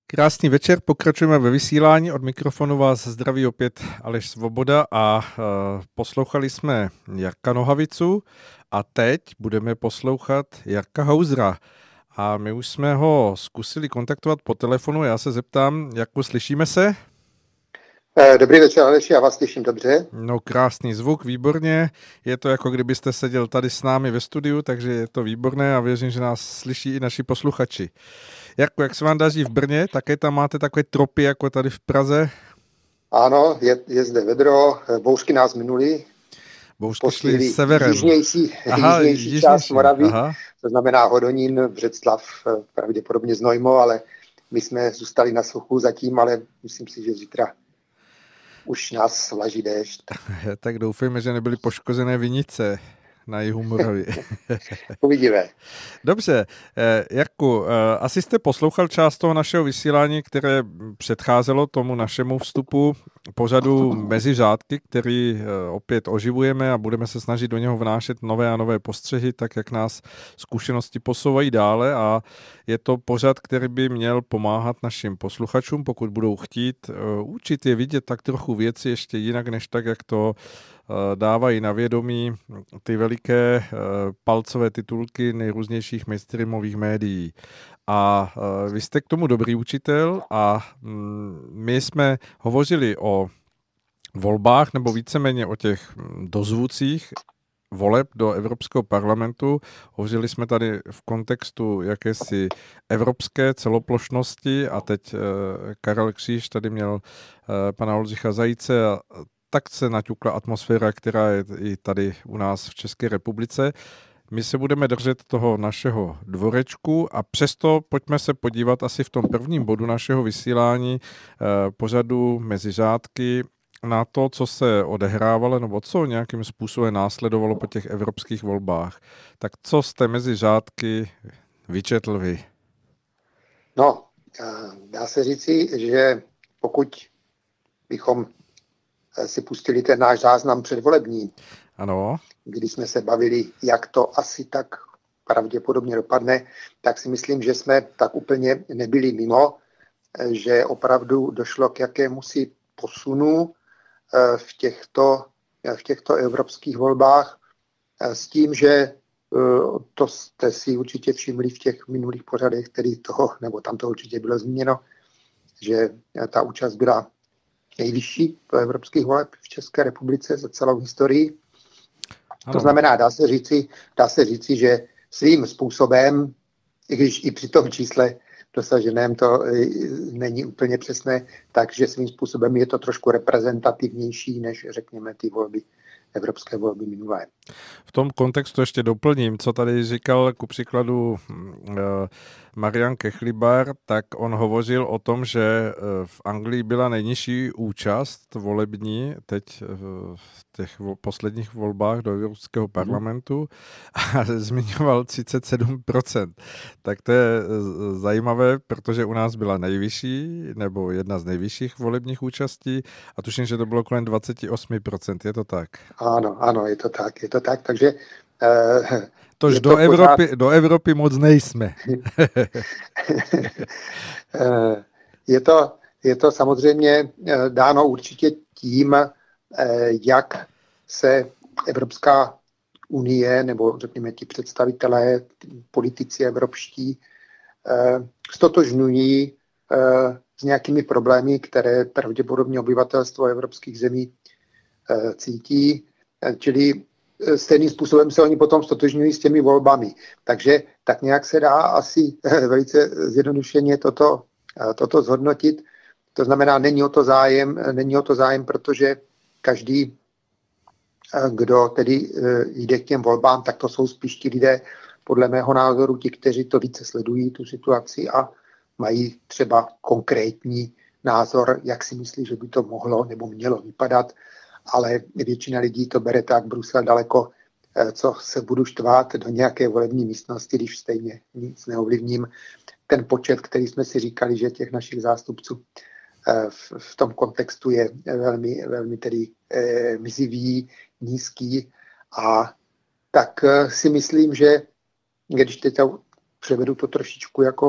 Krásný večer, pokračujeme ve vysílání. Od mikrofonu vás zdraví opět Aleš Svoboda a poslouchali jsme Jarka Nohavicu a teď budeme poslouchat Jarka Hausera. A my už jsme ho zkusili kontaktovat po telefonu. Já se zeptám, Jarku, slyšíme se? Dobrý večer, Aleši, já vás slyším dobře. No, krásný zvuk, výborně. Je to jako kdybyste seděl tady s námi ve studiu, takže je to výborné a věřím, že nás slyší i naši posluchači. Jarku, jak se vám daří v Brně? Také tam máte takové tropy jako tady v Praze? Ano, je zde vedro, bouřky nás minuly. Bouřky šly severem. Jižnější část Moravy, to znamená Hodonín, Břeclav, pravděpodobně Znojmo, ale my jsme zůstali na suchu zatím, ale myslím si, že zítra už nás vlaží déšť. Tak doufejme, že nebyly poškozené vinice na jihu Moravy. Uvidíme. Dobře, Jarku, asi jste poslouchal část toho našeho vysílání, které předcházelo tomu našemu vstupu pořadu Mezi řádky, který opět oživujeme a budeme se snažit do něho vnášet nové a nové postřehy, tak jak nás zkušenosti posouvají dále, a je to pořad, který by měl pomáhat našim posluchačům, pokud budou chtít učit je vidět tak trochu věci ještě jinak, než tak, jak to dávají na vědomí ty veliké palcové titulky nejrůznějších mainstreamových médií. A vy jste k tomu dobrý učitel a my jsme hovořili o volbách, nebo víceméně o těch dozvucích voleb do Evropského parlamentu. Hovořili jsme tady v kontextu jakési evropské celoplošnosti a teď Karel Kříž tady měl pana Oldřicha Zajíce a tak se naťukla atmosféra, která je i tady u nás v České republice. My se budeme držet toho našeho dvorečku a přesto pojďme se podívat asi v tom prvním bodu našeho vysílání pořadu Mezi řádky na to, co se odehrávalo nebo co nějakým způsobem následovalo po těch evropských volbách. Tak co jste mezi řádky vyčetl vy? No, dá se říci, že pokud bychom si pustili ten náš záznam předvolební, ano, kdy jsme se bavili, jak to asi tak pravděpodobně dopadne, tak si myslím, že jsme tak úplně nebyli mimo, že opravdu došlo k jakémusi posunu v těchto evropských volbách s tím, že to jste si určitě všimli v těch minulých pořadech, nebo tam to určitě bylo zmíněno, že ta účast byla nejvyšší v evropských voleb v České republice za celou historii. Ano. To znamená, dá se říci, že svým způsobem, i když i při tom čísle dosaženém to není úplně přesné, takže svým způsobem je to trošku reprezentativnější než, řekněme, ty volby, evropské volby minulé. V tom kontextu ještě doplním, co tady říkal ku příkladu Marian Kechlibar, tak on hovořil o tom, že v Anglii byla nejnižší účast volební teď v těch posledních volbách do Evropského parlamentu a zmiňoval 37%. Tak to je zajímavé, protože u nás byla nejvyšší, nebo jedna z nejvyšších volebních účastí a tuším, že to bylo kolem 28%. Je to tak? Ano, je to tak, takže tož do Evropy moc nejsme. Je to samozřejmě dáno určitě tím, jak se Evropská unie, nebo řekněme ti představitelé, politici evropští, stotožňují s nějakými problémy, které pravděpodobně obyvatelstvo evropských zemí cítí, čili stejným způsobem se oni potom stotožňují s těmi volbami. Takže tak nějak se dá asi velice zjednodušeně toto zhodnotit. To znamená, není o to zájem, protože každý, kdo tedy jde k těm volbám, tak to jsou spíš ti lidé, podle mého názoru, ti, kteří to více sledují, tu situaci a mají třeba konkrétní názor, jak si myslí, že by to mohlo nebo mělo vypadat, ale většina lidí to bere tak Brusel daleko, co se budu štvát do nějaké volební místnosti, když stejně nic neovlivním. Ten počet, který jsme si říkali, že těch našich zástupců v tom kontextu je velmi, velmi tedy mizivý, nízký, a tak si myslím, že když teď převedu to trošičku jako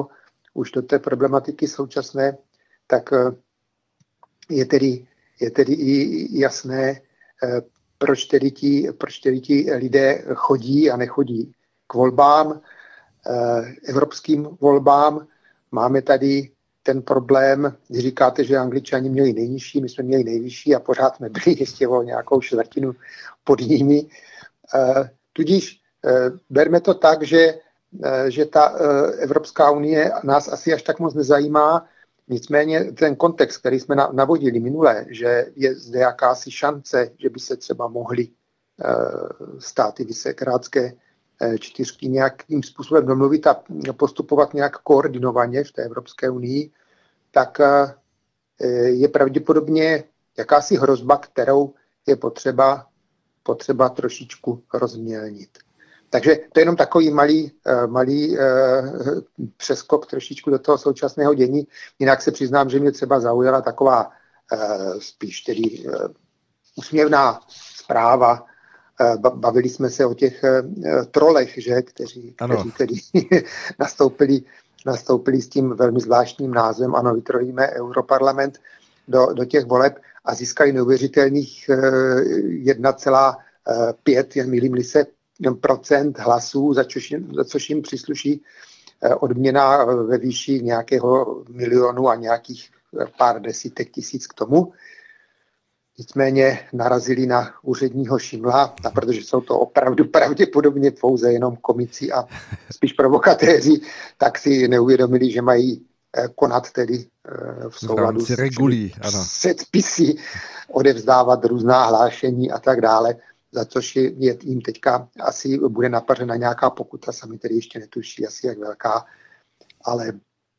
už do té problematiky současné, tak je tedy i jasné, proč tedy ti lidé chodí a nechodí k volbám, evropským volbám. Máme tady ten problém, když říkáte, že Angličani měli nejnižší, my jsme měli nejvyšší a pořád jsme byli ještě o nějakou čtvrtinu pod nimi. Tudíž berme to tak, že ta Evropská unie nás asi až tak moc nezajímá. Nicméně ten kontext, který jsme navodili minule, že je zde jakási šance, že by se třeba mohly státy Visegrádské čtyřky nějakým způsobem domluvit a postupovat nějak koordinovaně v té Evropské unii, tak je pravděpodobně jakási hrozba, kterou je potřeba trošičku rozmělnit. Takže to je jenom takový malý přeskok trošičku do toho současného dění. Jinak se přiznám, že mě třeba zaujala taková spíš tedy úsměvná zpráva. Bavili jsme se o těch trolech, že, kteří tedy nastoupili s tím velmi zvláštním názvem. Ano, vytrojíme Europarlament do těch voleb a získali neuvěřitelných 1,5, milím se, procent hlasů, za což jim přísluší odměna ve výši nějakého milionu a nějakých pár desítek tisíc k tomu. Nicméně narazili na úředního Šimla, a protože jsou to opravdu pravděpodobně pouze jenom komici a spíš provokatéři, tak si neuvědomili, že mají konat tedy v souladu s předpisy, odevzdávat různá hlášení a tak dále, za což jim teďka asi bude napařena nějaká pokuta, sami tedy ještě netuší asi jak velká, ale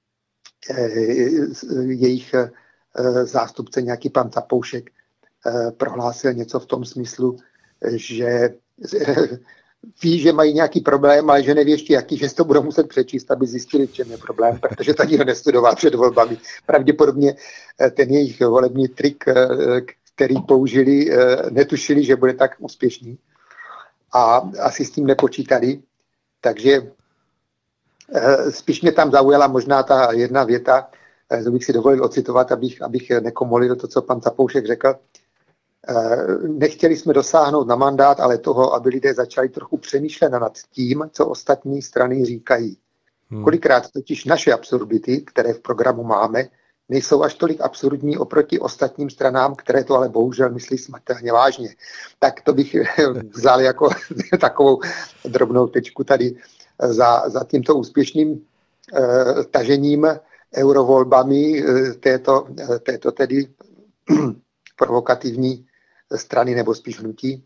jejich zástupce, nějaký pan Zapoušek, prohlásil něco v tom smyslu, že ví, že mají nějaký problém, ale že neví ještě jaký, že to budou muset přečíst, aby zjistili, v čem je problém, protože to nikdo nestudoval před volbami. Pravděpodobně ten jejich volební trik, který použili, netušili, že bude tak úspěšný a asi s tím nepočítali. Takže spíš mě tam zaujala možná ta jedna věta, to bych si dovolil ocitovat, abych nekomolil to, co pan Zapoušek řekl. Nechtěli jsme dosáhnout na mandát, ale toho, aby lidé začali trochu přemýšlet nad tím, co ostatní strany říkají. Kolikrát totiž naše absurdity, které v programu máme, nejsou až tolik absurdní oproti ostatním stranám, které to ale bohužel myslí smrtelně vážně. Tak to bych vzal jako takovou drobnou tečku tady za tímto úspěšným tažením eurovolbami této tedy provokativní strany nebo spíš hnutí.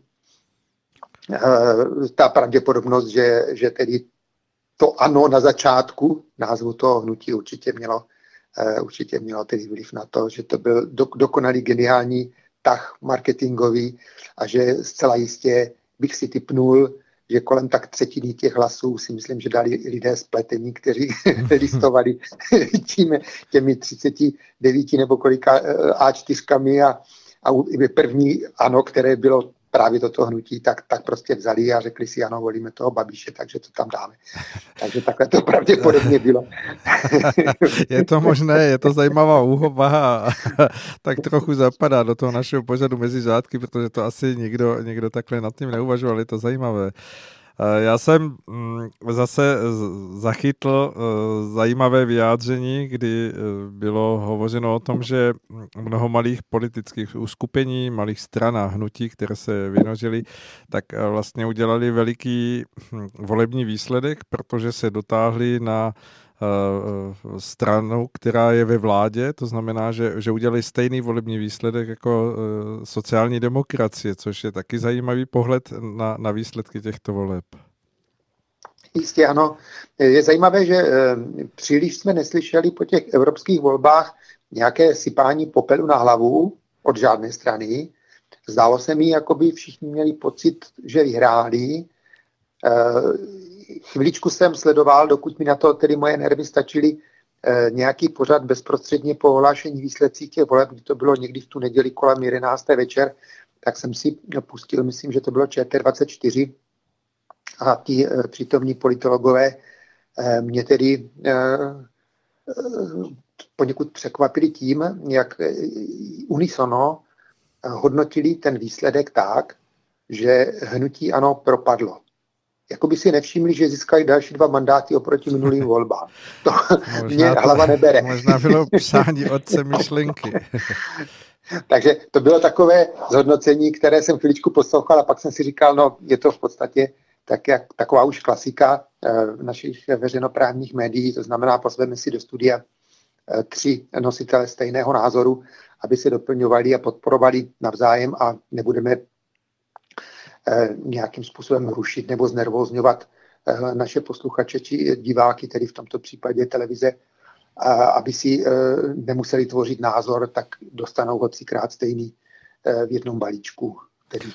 Ta pravděpodobnost, že tedy to ano na začátku názvu toho hnutí určitě mělo tedy vliv na to, že to byl dokonalý geniální tah marketingový a že zcela jistě bych si tipnul, že kolem tak třetiny těch hlasů si myslím, že dali lidé spletení, kteří listovali těmi 39 nebo kolika A4 a první ano, které bylo právě toto hnutí, tak prostě vzali a řekli si ano, volíme toho Babiše, takže to tam dáme. Takže takhle to pravděpodobně bylo. Je to možné, je to zajímavá úvaha, tak trochu zapadá do toho našeho pořadu mezi řádky, protože to asi nikdo takhle nad tím neuvažoval, je to zajímavé. Já jsem zase zachytl zajímavé vyjádření, kdy bylo hovořeno o tom, že mnoho malých politických uskupení, malých stran a hnutí, které se vynožily, tak vlastně udělali veliký volební výsledek, protože se dotáhli na stranu, která je ve vládě, to znamená, že udělali stejný volební výsledek jako sociální demokracie, což je taky zajímavý pohled na výsledky těchto voleb. Jistě ano. Je zajímavé, že příliš jsme neslyšeli po těch evropských volbách nějaké sypání popelu na hlavu od žádné strany. Zdálo se mi, jako by všichni měli pocit, že vyhráli. Chviličku jsem sledoval, dokud mi na to tedy moje nervy stačily, nějaký pořad bezprostředně po ohlášení výsledcích těch voleb, kdy to bylo někdy v tu neděli kolem 11. večer, tak jsem si pustil, myslím, že to bylo ČT24 a ti přítomní politologové mě tedy poněkud překvapili tím, jak unisono hodnotili ten výsledek tak, že hnutí ANO propadlo. Jakoby si nevšimli, že získali další 2 mandáty oproti minulým volbám. To mě hlava nebere. Možná bylo psání otce myšlenky. Takže to bylo takové zhodnocení, které jsem chviličku poslouchal a pak jsem si říkal, no je to v podstatě taková už klasika našich veřejnoprávních médií, to znamená, pozveme si do studia 3 nositele stejného názoru, aby se doplňovali a podporovali navzájem a nebudeme nějakým způsobem rušit nebo znervózňovat naše posluchače či diváky, tedy v tomto případě televize, aby si nemuseli tvořit názor, tak dostanou ho 3krát stejný v jednom balíčku, tedy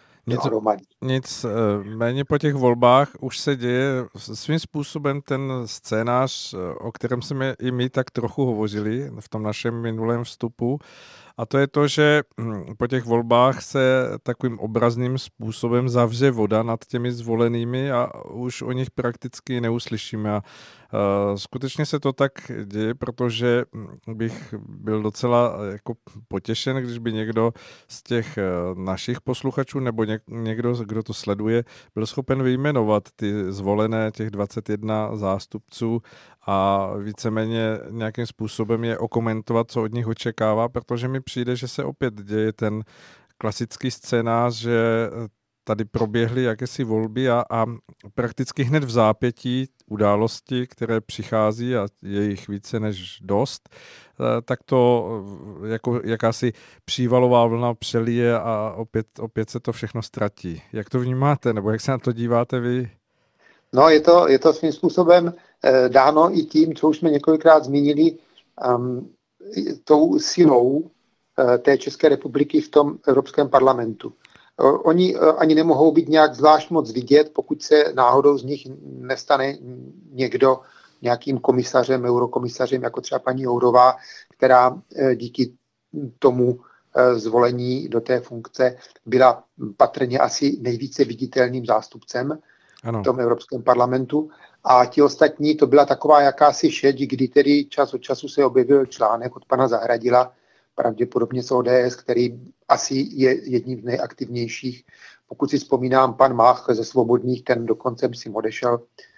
Nicméně po těch volbách už se děje svým způsobem ten scénář, o kterém jsme i my tak trochu hovořili v tom našem minulém vstupu. A to je to, že po těch volbách se takovým obrazným způsobem zavře voda nad těmi zvolenými a už o nich prakticky neuslyšíme. A skutečně se to tak děje, protože bych byl docela jako potěšen, když by někdo z těch našich posluchačů nebo někdo, kdo to sleduje, byl schopen vyjmenovat ty zvolené těch 21 zástupců a víceméně nějakým způsobem je okomentovat, co od nich očekává, protože mi přijde, že se opět děje ten klasický scénář, že tady proběhly jakési volby a prakticky hned v zápětí události, které přichází a je jich více než dost, tak to jako jakási přívalová vlna přelije a opět se to všechno ztratí. Jak to vnímáte, nebo jak se na to díváte vy? No, je to svým způsobem dáno i tím, co už jsme několikrát zmínili, tou silou té České republiky v tom Evropském parlamentu. Oni ani nemohou být nějak zvlášť moc vidět, pokud se náhodou z nich nestane někdo nějakým komisařem, eurokomisařem, jako třeba paní Jourová, která díky tomu zvolení do té funkce byla patrně asi nejvíce viditelným zástupcem v tom Evropském parlamentu. A ti ostatní, to byla taková jakási šeť, kdy tedy čas od času se objevil článek od pana Zahradila, pravděpodobně z ODS, který asi je jedním z nejaktivnějších. Pokud si vzpomínám, pan Mach ze Svobodných, ten dokonce si odešel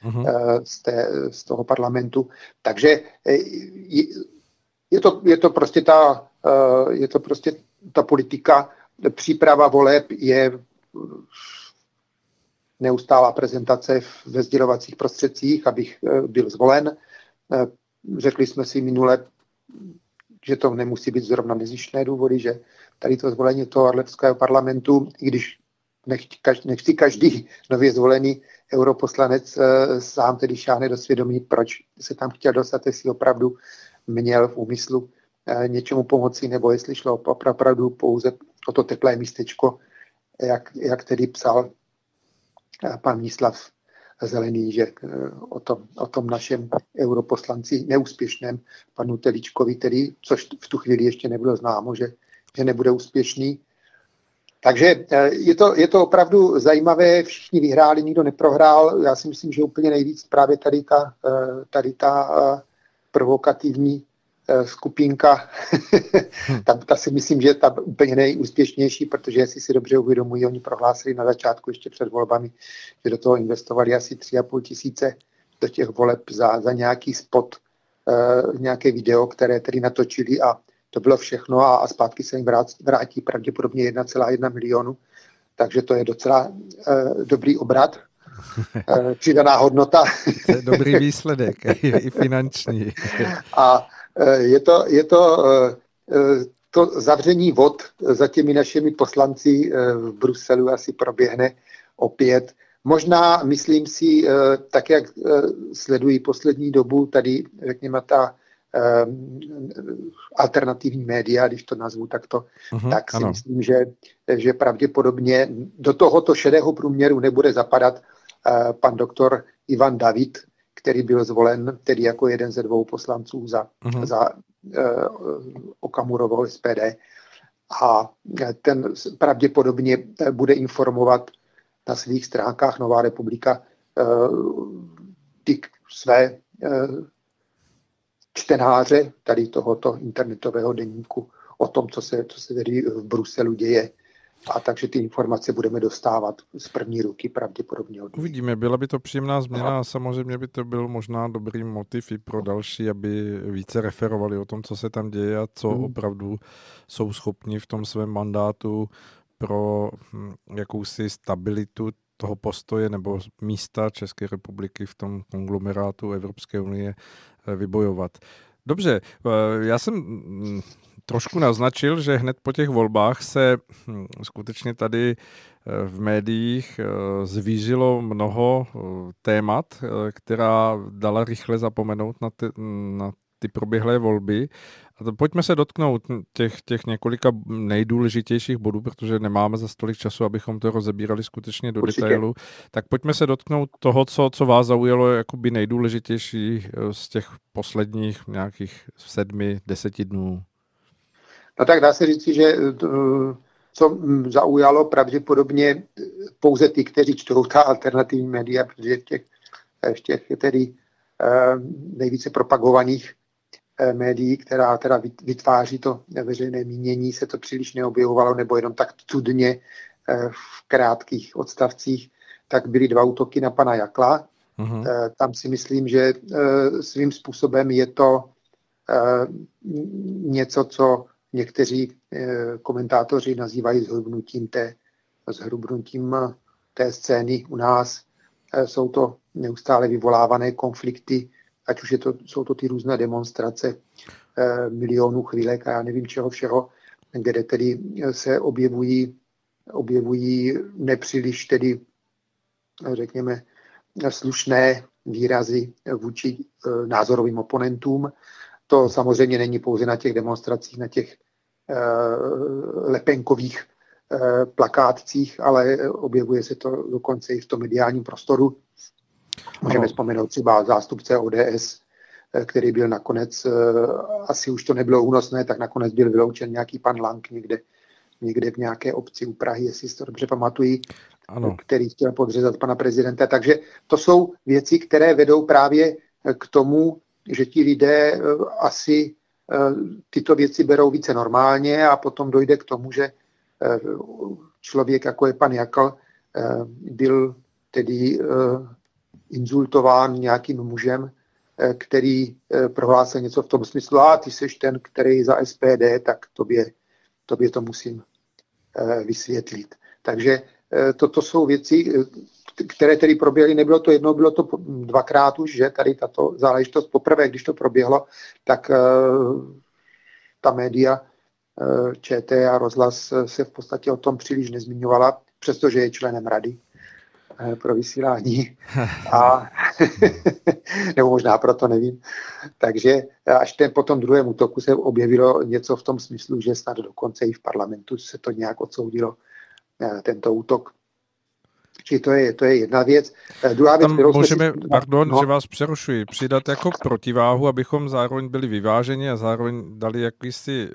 z toho parlamentu. Takže je to prostě ta politika, příprava voleb je neustálá prezentace ve sdělovacích prostředcích, abych byl zvolen. Řekli jsme si minule, že to nemusí být zrovna nezištné důvody, že tady to zvolení toho Evropského parlamentu, i když nechci každý nově zvolený europoslanec sám tedy šáhne do svědomí, proč se tam chtěl dostat, jestli opravdu měl v úmyslu něčemu pomoci, nebo jestli šlo opravdu pouze o to teplé místečko, jak tedy psal pan Míslav Zelený, že o tom našem europoslanci neúspěšném panu Telíčkovi, tedy, což v tu chvíli ještě nebylo známo, že nebude úspěšný. Takže je to opravdu zajímavé, všichni vyhráli, nikdo neprohrál. Já si myslím, že úplně nejvíc právě tady ta provokativní skupinka, ta si myslím, že je ta úplně nejúspěšnější, protože jestli si dobře uvědomují, oni prohlásili na začátku ještě před volbami, že do toho investovali asi 3,5 tisíce do těch voleb za nějaký spot, nějaké video, které tedy natočili a to bylo všechno a zpátky se jim vrátí pravděpodobně 1,1 milionu, takže to je docela dobrý obrat. Přidaná hodnota. To je dobrý výsledek, i finanční. A je to zavření vod za těmi našimi poslanci v Bruselu asi proběhne opět. Možná, myslím si, tak jak sledují poslední dobu tady, řekněme, ta alternativní média, když to nazvu takto, tak si myslím, že pravděpodobně do tohoto šedého průměru nebude zapadat pan doktor Ivan David, který byl zvolen tedy jako jeden ze 2 poslanců za Okamurovo SPD. A ten pravděpodobně bude informovat na svých stránkách Nová republika ty své čtenáře tady tohoto internetového deníku o tom, co se tady v Bruselu děje. A takže ty informace budeme dostávat z první ruky pravděpodobně od nich. Uvidíme, byla by to příjemná změna a samozřejmě by to byl možná dobrý motiv i pro další, aby více referovali o tom, co se tam děje a co opravdu jsou schopni v tom svém mandátu pro jakousi stabilitu toho postoje nebo místa České republiky v tom konglomerátu Evropské unie vybojovat. Dobře, já jsem trošku naznačil, že hned po těch volbách se skutečně tady v médiích zvířilo mnoho témat, která dala rychle zapomenout na ty proběhlé volby. A pojďme se dotknout těch několika nejdůležitějších bodů, protože nemáme za tolik času, abychom to rozebírali skutečně do detailu. Tak pojďme se dotknout toho, co vás zaujalo jakoby nejdůležitější z těch posledních nějakých 7-10 dnů. No tak dá se říci, že co zaujalo pravděpodobně pouze ty, kteří čtou ta alternativní média, protože v těch tedy nejvíce propagovaných médií, která teda vytváří to veřejné mínění, se to příliš neobjevovalo, nebo jenom tak cudně v krátkých odstavcích, tak byly 2 útoky na pana Jakla. Tam si myslím, že svým způsobem je to něco, co někteří komentátoři nazývají zhrubnutím té scény u nás. Jsou to neustále vyvolávané konflikty, ať už jsou to ty různé demonstrace milionů chvílek a já nevím čeho všeho, kde tedy se objevují nepříliš tedy, řekněme, slušné výrazy vůči názorovým oponentům. To samozřejmě není pouze na těch demonstracích, na těch lepenkových plakátcích, ale objevuje se to dokonce i v tom mediálním prostoru. Můžeme vzpomenout třeba zástupce ODS, který byl nakonec, asi už to nebylo únosné, tak nakonec byl vyloučen nějaký pan Lang někde v nějaké obci u Prahy, jestli si to dobře pamatují, který chtěl podřezat pana prezidenta. Takže to jsou věci, které vedou právě k tomu, že ti lidé asi tyto věci berou více normálně a potom dojde k tomu, že člověk, jako je pan Jakl, byl tedy insultován nějakým mužem, který prohlásil něco v tom smyslu, ty seš ten, který za SPD, tak tobě to musím vysvětlit. Takže toto jsou věci, které tedy proběhly, nebylo to jednou, bylo to 2krát už, že tady tato záležitost poprvé, když to proběhlo, tak ta média ČT a rozhlas se v podstatě o tom příliš nezmiňovala, přestože je členem rady pro vysílání. Nebo možná proto, nevím. Takže až po tom druhém útoku se objevilo něco v tom smyslu, že snad dokonce i v parlamentu se to nějak odsoudilo, tento útok. Čili to je jedna věc. Druhá věc, kterou můžeme, že vás přerušuji, přidat jako protiváhu, abychom zároveň byli vyváženi a zároveň dali jakýsi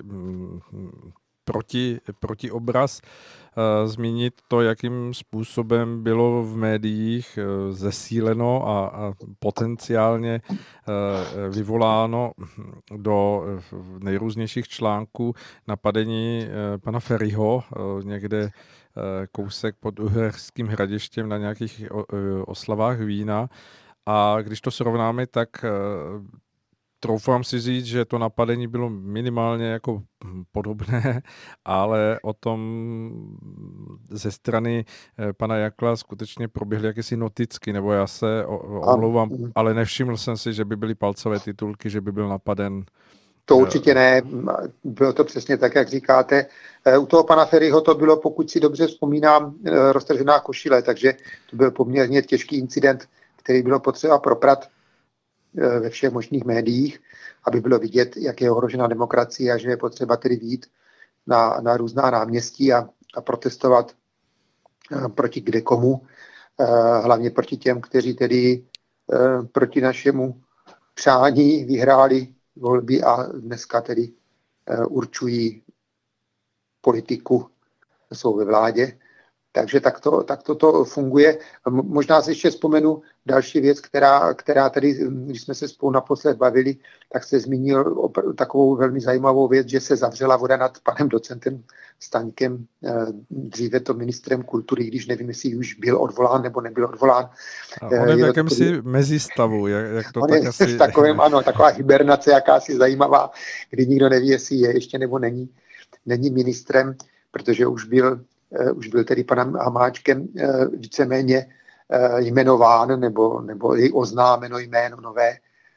protiobraz, zmínit to, jakým způsobem bylo v médiích zesíleno a potenciálně vyvoláno do nejrůznějších článků napadení pana Feriho někde kousek pod Uherským Hradištěm na nějakých oslavách vína. A když to srovnáme, tak troufám si říct, že to napadení bylo minimálně jako podobné, ale o tom ze strany pana Jakla skutečně proběhly jakési noticky, nebo já se omlouvám, ale nevšiml jsem si, že by byly palcové titulky, že by byl napaden. To určitě ne, bylo to přesně tak, jak říkáte. U toho pana Feriho to bylo, pokud si dobře vzpomínám, roztržená košile, takže to byl poměrně těžký incident, který bylo potřeba proprat ve všech možných médiích, aby bylo vidět, jak je ohrožena demokracie a že je potřeba tedy vyjít na různá náměstí a protestovat proti kdekomu, hlavně proti těm, kteří tedy proti našemu přání vyhráli volby a dneska tedy určují politiku, jsou ve vládě. Takže tak to funguje. Možná si ještě vzpomenu další věc, která tady, když jsme se spolu naposled bavili, tak se zmínil takovou velmi zajímavou věc, že se zavřela voda nad panem docentem Staňkem, dříve to ministrem kultury, když nevím, jestli už byl odvolán nebo nebyl odvolán. On je v jakémsi mezistavu, jak to on tak je asi... v takovém, ano, taková hibernace jakási zajímavá, kdy nikdo neví, jestli je ještě nebo není ministrem, protože už byl tedy panem Hamáčkem víceméně jmenován nebo jej oznámeno jméno nové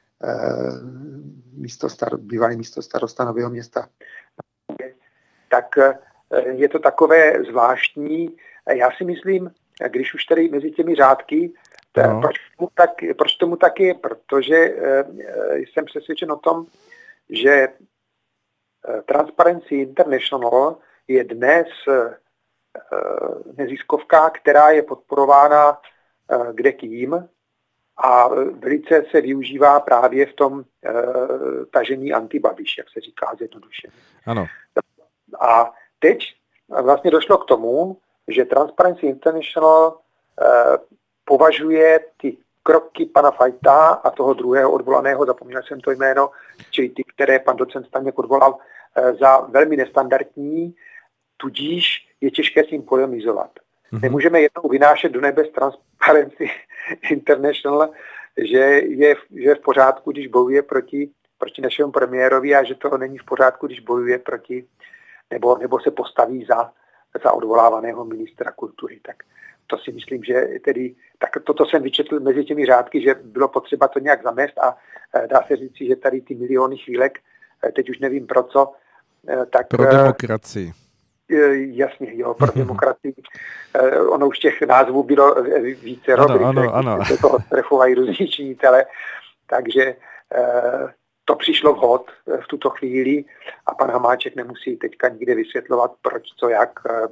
bývalý místo starosta Nového Města. Tak je to takové zvláštní. Já si myslím, když už tady mezi těmi řádky, proč tomu tak je? Protože jsem přesvědčen o tom, že Transparency International je dnes neziskovka, která je podporována kdekým a velice se využívá právě v tom tažení antibabiš, jak se říká zjednodušeně. Ano. A teď vlastně došlo k tomu, že Transparency International považuje ty kroky pana Fajta a toho druhého odvolaného, zapomněl jsem to jméno, čili ty, které pan docent Staněk odvolal, za velmi nestandardní, tudíž je těžké s ním polemizovat. Nemůžeme jednou vynášet do nebe Transparency International, že je v pořádku, když bojuje proti našemu premiérovi a že to není v pořádku, když bojuje proti nebo se postaví za odvolávaného ministra kultury. Tak to si myslím, že tedy, tak toto jsem vyčetl mezi těmi řádky, že bylo potřeba to nějak zamést a dá se říct, že tady ty miliony chvílek, teď už nevím pro co, tak... Pro demokracii. Jasně, jo, pro demokracii. Ono už těch názvů bylo více ano. Se toho trefovají různí činitele, takže to přišlo vhod v tuto chvíli a pan Hamáček nemusí teďka nikde vysvětlovat, proč, co, jak.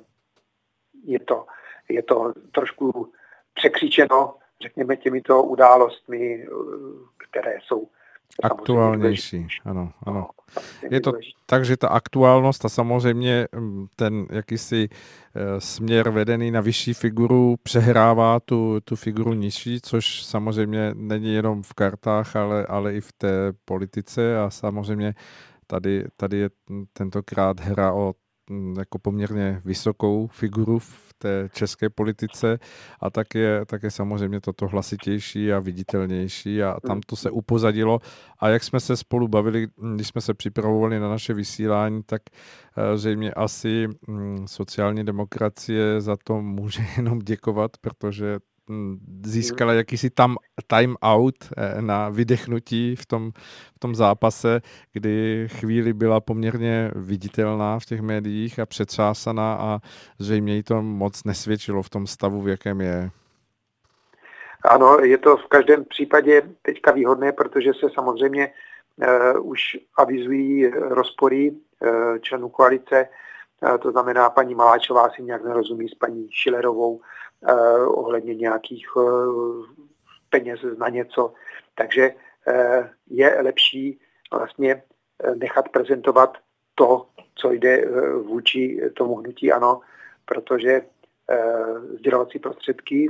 Je to trošku překřičeno, řekněme, těmito událostmi, které jsou aktuálnější, ano. Je to tak, že ta aktuálnost a samozřejmě ten jakýsi směr vedený na vyšší figuru přehrává tu figuru nižší, což samozřejmě není jenom v kartách, ale i v té politice a samozřejmě tady je tentokrát hra o jako poměrně vysokou figuru v té české politice a tak je samozřejmě toto hlasitější a viditelnější a tam to se upozadilo a jak jsme se spolu bavili, když jsme se připravovali na naše vysílání, tak zřejmě asi sociální demokracie za to může jenom děkovat, protože získala jakýsi time out na vydechnutí v tom zápase, kdy chvíli byla poměrně viditelná v těch médiích a přetřásaná a zřejmě jí to moc nesvědčilo v tom stavu, v jakém je. Ano, je to v každém případě teďka výhodné, protože se samozřejmě už avizují rozpory členů koalice, to znamená, paní Maláčová si nějak nerozumí s paní Schillerovou ohledně nějakých peněz na něco. Takže je lepší vlastně nechat prezentovat to, co jde vůči tomu hnutí ANO, protože sdělovací prostředky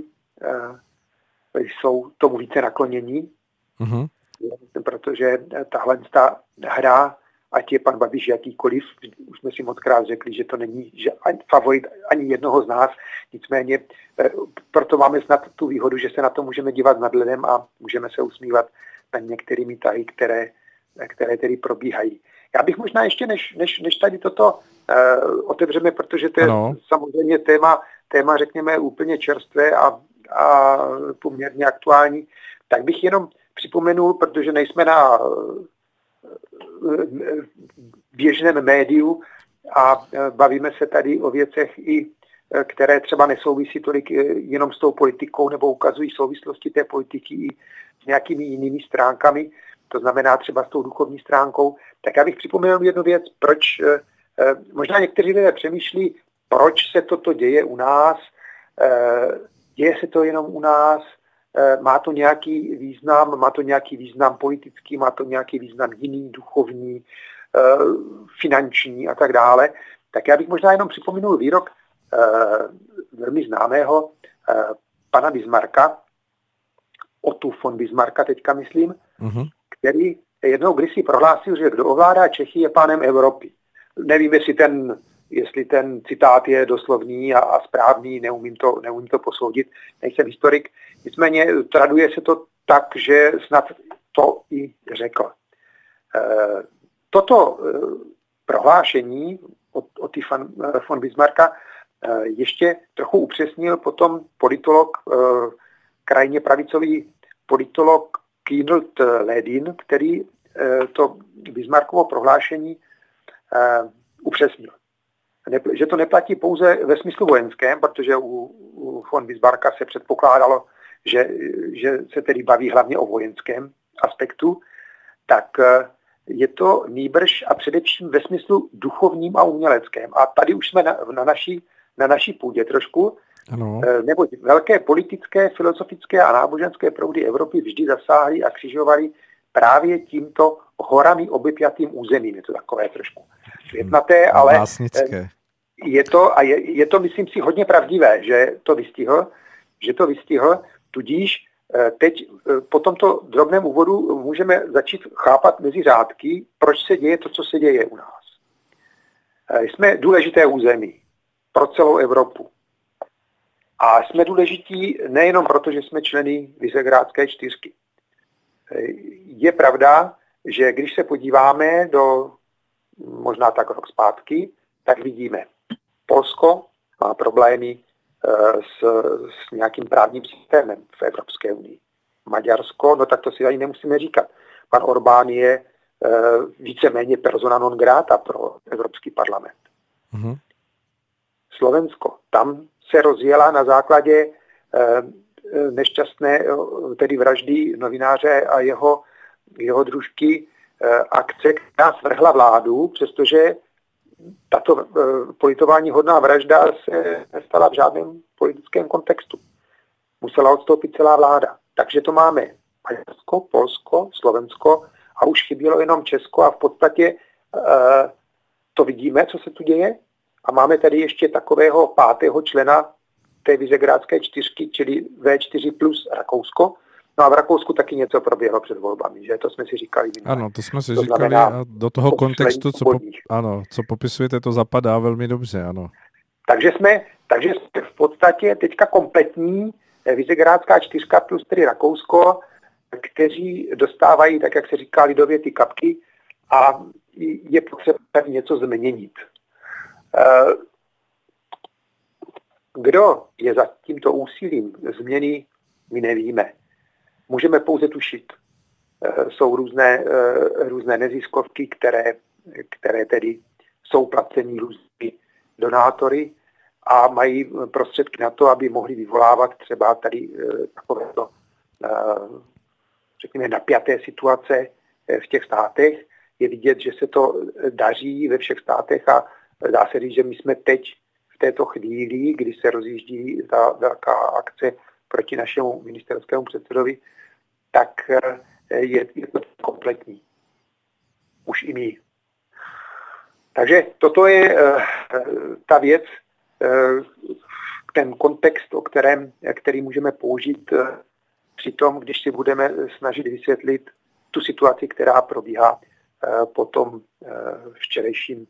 jsou tomu více naklonění, protože tahle hra, ať je pan Babiš jakýkoliv, už jsme si mockrát řekli, že to není favorit ani jednoho z nás, nicméně proto máme snad tu výhodu, že se na to můžeme dívat nadhledem a můžeme se usmívat nad některými tahy, které tedy probíhají. Já bych možná ještě, než tady toto otevřeme, protože to je samozřejmě téma, řekněme, úplně čerstvé a poměrně aktuální, tak bych jenom připomenul, protože nejsme na běžném médiu a bavíme se tady o věcech i, které třeba nesouvisí tolik jenom s tou politikou nebo ukazují souvislosti té politiky i s nějakými jinými stránkami, to znamená třeba s tou duchovní stránkou, tak já bych připomenul jednu věc, proč možná někteří lidé přemýšlí, proč se toto děje u nás, děje se to jenom u nás, má to nějaký význam politický, má to nějaký význam jiný, duchovní, finanční a tak dále. Tak já bych možná jenom připomenul výrok velmi známého pana Bismarcka, Otto von Bismarcka teďka myslím, který jednou kdysi prohlásil, že kdo ovládá Čechy, je pánem Evropy. Nevím, jestli ten citát je doslovný a správný, neumím to posoudit, nejsem historik. Nicméně traduje se to tak, že snad to i řekl. Toto prohlášení od von Bismarcka ještě trochu upřesnil potom politolog, krajně pravicový politolog Kynld Ledin, který to Bismarckovo prohlášení upřesnil. Že to neplatí pouze ve smyslu vojenském, protože u von Bismarcka se předpokládalo, že se tedy baví hlavně o vojenském aspektu, tak je to nýbrž a především ve smyslu duchovním a uměleckém. A tady už jsme na naší půdě trošku, neboť velké politické, filozofické a náboženské proudy Evropy vždy zasáhly a křižovaly právě tímto horami obepjatým územím. Je to takové trošku světnaté, ale je to, myslím si, hodně pravdivé, že to vystihl, tudíž teď po tomto drobném úvodu můžeme začít chápat mezi řádky, proč se děje to, co se děje u nás. Jsme důležité území pro celou Evropu. A jsme důležití nejenom proto, že jsme členy Visegrádské čtyřky. Je pravda, že když se podíváme do možná tak rok zpátky, tak vidíme, Polsko má problémy s nějakým právním systémem v Evropské unii. Maďarsko, no tak to si ani nemusíme říkat. Pan Orbán je víceméně persona non grata pro Evropský parlament. Slovensko, tam se rozjela na základě nešťastné, tedy vraždy novináře a jeho družky akce, která svrhla vládu, přestože tato politování hodná vražda se nestala v žádném politickém kontextu. Musela odstoupit celá vláda. Takže to máme Maďarsko, Polsko, Slovensko a už chybělo jenom Česko a v podstatě to vidíme, co se tu děje. A máme tady ještě takového 5. člena té Visegrádské čtyřky, čili V4 plus Rakousko. No a v Rakousku taky něco proběhlo před volbami, že? To jsme si říkali. Ano, to jsme si říkali a do toho kontextu, co popisujete, to zapadá velmi dobře, ano. Takže jsme v podstatě teďka kompletní Visegrádská čtyřka plus tedy Rakousko, kteří dostávají, tak jak se říká lidově, ty kapky a je potřeba něco změnit. Kdo je za tímto úsilím změny, my nevíme. Můžeme pouze tušit. Jsou různé neziskovky, které tedy jsou placení různými donátory a mají prostředky na to, aby mohli vyvolávat třeba tady takovéto, řekněme, napjaté situace v těch státech. Je vidět, že se to daří ve všech státech a dá se říct, že my jsme teď v této chvíli, kdy se rozjíždí ta velká akce proti našemu ministerskému předsedovi, tak je to kompletní. Už i my. Takže toto je ta věc, ten kontext, který můžeme použít při tom, když si budeme snažit vysvětlit tu situaci, která probíhá po tom včerejším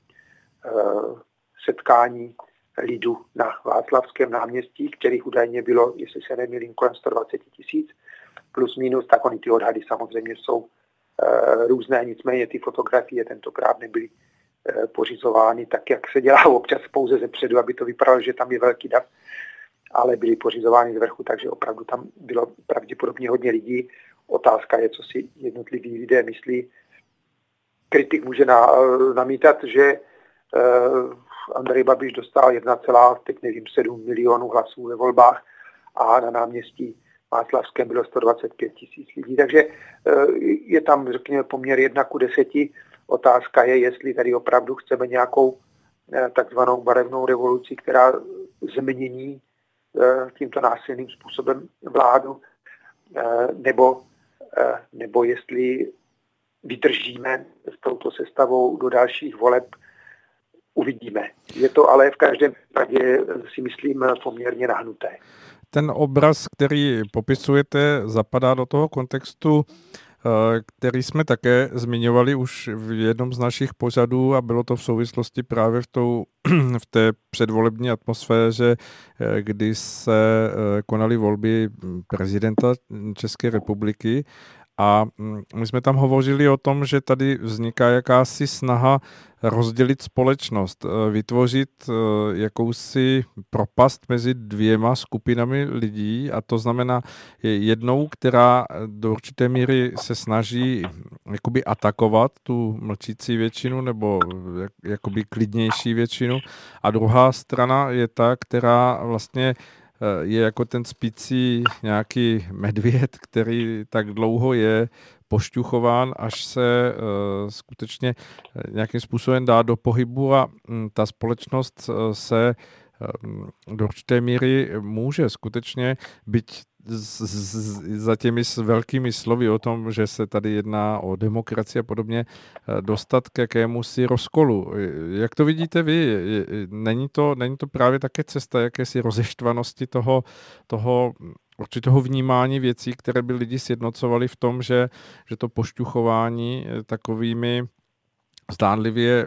setkání lidu na Václavském náměstí, kterých údajně bylo, jestli se nemýlím, kolem 120 000 plus minus, tak oni ty odhady samozřejmě jsou různé, nicméně ty fotografie tentokrát nebyly pořizovány tak, jak se dělá občas pouze ze předu, aby to vypadalo, že tam je velký dav, ale byly pořizovány z vrchu, takže opravdu tam bylo pravděpodobně hodně lidí. Otázka je, co si jednotliví lidé myslí. Kritik může namítat, že Andrej Babiš dostal 1,7 milionu hlasů ve volbách a na náměstí Václavském bylo 125 000 lidí. Takže je tam, řekněme, poměr 1:10. Otázka je, jestli tady opravdu chceme nějakou takzvanou barevnou revoluci, která změní tímto násilným způsobem vládu, nebo jestli vydržíme s touto sestavou do dalších voleb. Uvidíme. Je to ale v každém případě, si myslím, poměrně nahnuté. Ten obraz, který popisujete, zapadá do toho kontextu, který jsme také zmiňovali už v jednom z našich pořadů, a bylo to v souvislosti právě v té předvolební atmosféře, kdy se konaly volby prezidenta České republiky. A my jsme tam hovořili o tom, že tady vzniká jakási snaha rozdělit společnost, vytvořit jakousi propast mezi dvěma skupinami lidí, a to znamená jednou, která do určité míry se snaží jakoby atakovat tu mlčící většinu nebo jakoby klidnější většinu, a druhá strana je ta, která vlastně je jako ten spící nějaký medvěd, který tak dlouho je pošťuchován, až se skutečně nějakým způsobem dá do pohybu, a ta společnost se do určité míry může skutečně, byť za těmi velkými slovy o tom, že se tady jedná o demokracii a podobně, dostat k jakémusi rozkolu. Jak to vidíte vy? Není to právě také cesta jakési rozeštvanosti toho určitého vnímání věcí, které by lidi sjednocovali v tom, že to pošťuchování takovými zdánlivě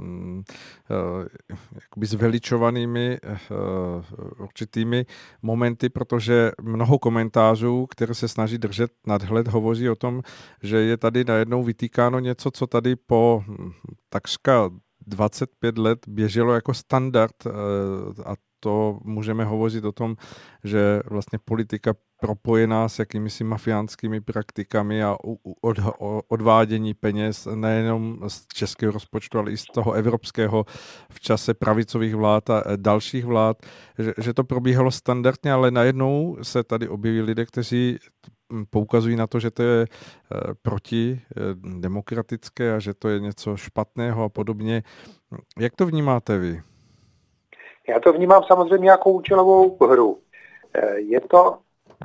jakoby zveličovanými určitými momenty, protože mnoho komentářů, které se snaží držet nadhled, hovoří o tom, že je tady najednou vytýkáno něco, co tady po takřka 25 let běželo jako standard, a to můžeme hovořit o tom, že vlastně politika propojená s jakýmisi mafiánskými praktikami a odvádění peněz nejenom z českého rozpočtu, ale i z toho evropského v čase pravicových vlád a dalších vlád, že to probíhalo standardně, ale najednou se tady objeví lidé, kteří poukazují na to, že to je protidemokratické a že to je něco špatného a podobně. Jak to vnímáte vy? Já to vnímám samozřejmě jako účelovou hru. Je to,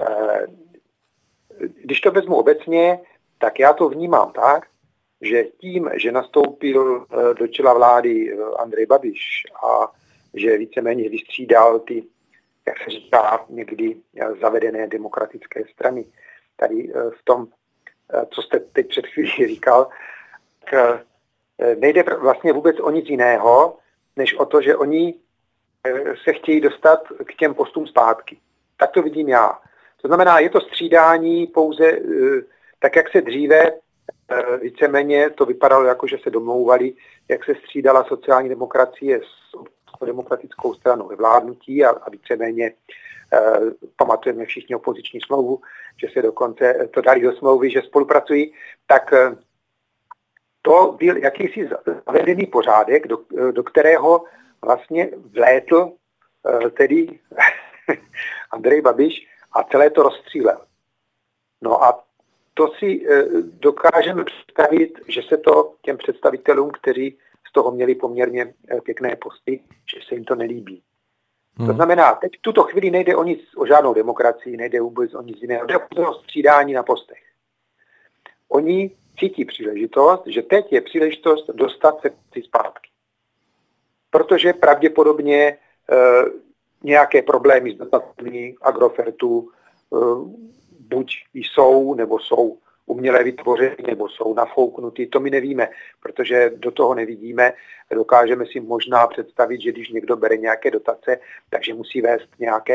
když to vezmu obecně, tak já to vnímám tak, že tím, že nastoupil do čela vlády Andrej Babiš a že víceméně vystřídal ty, jak se říká, někdy zavedené demokratické strany, tady v tom, co jste teď před chvílí říkal, tak nejde vlastně vůbec o nic jiného, než o to, že oni se chtějí dostat k těm postům zpátky. Tak to vidím já. To znamená, je to střídání pouze tak, jak se dříve víceméně to vypadalo jako, že se domlouvali, jak se střídala sociální demokracie s demokratickou stranou ve vládnutí a víceméně pamatujeme všichni opoziční smlouvu, že se dokonce to dali do smlouvy, že spolupracují, tak to byl jakýsi zavedený pořádek, do kterého vlastně vlétl tedy Andrej Babiš a celé to rozstřílel. No a to si dokážeme představit, že se to těm představitelům, kteří z toho měli poměrně pěkné posty, že se jim to nelíbí. To znamená, teď v tuto chvíli nejde o žádnou demokracii, nejde vůbec o nic jiného, jde o střídání na postech. Oni cítí příležitost, že teď je příležitost dostat se zpátky. Protože pravděpodobně nějaké problémy s dotacemi Agrofertu buď jsou, nebo jsou uměle vytvořeny, nebo jsou nafouknuty, to my nevíme, protože do toho nevidíme. Dokážeme si možná představit, že když někdo bere nějaké dotace, takže musí vést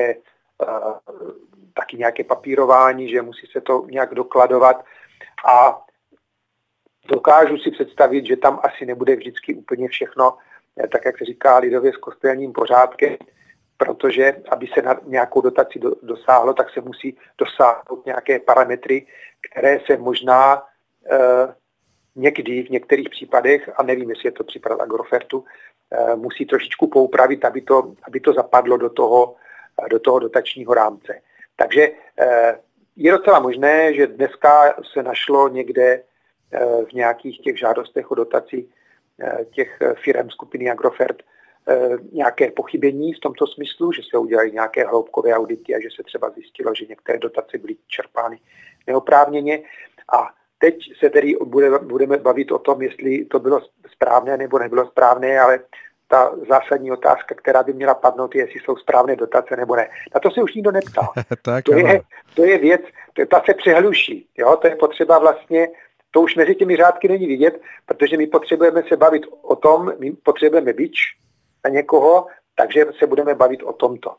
taky nějaké papírování, že musí se to nějak dokladovat, a dokážu si představit, že tam asi nebude vždycky úplně všechno, tak jak se říká lidově, s kostelním pořádkem, protože aby se na nějakou dotaci dosáhlo, tak se musí dosáhnout nějaké parametry, které se možná někdy v některých případech, a nevím, jestli je to případ Agrofertu, musí trošičku poupravit, aby to zapadlo do toho dotačního rámce. Takže je docela možné, že dneska se našlo někde v nějakých těch žádostech o dotaci těch firem skupiny Agrofert nějaké pochybení v tomto smyslu, že se udělají nějaké hloubkové audity a že se třeba zjistilo, že některé dotace byly čerpány neoprávněně. A teď se tedy budeme bavit o tom, jestli to bylo správné nebo nebylo správné, ale ta zásadní otázka, která by měla padnout, je, jestli jsou správné dotace nebo ne. Na to se už nikdo neptá. To je věc, ta se přehluší. Jo? To je potřeba vlastně, to už mezi těmi řádky není vidět, protože my potřebujeme se bavit o tom, my potřebujeme bič na někoho, takže se budeme bavit o tomto.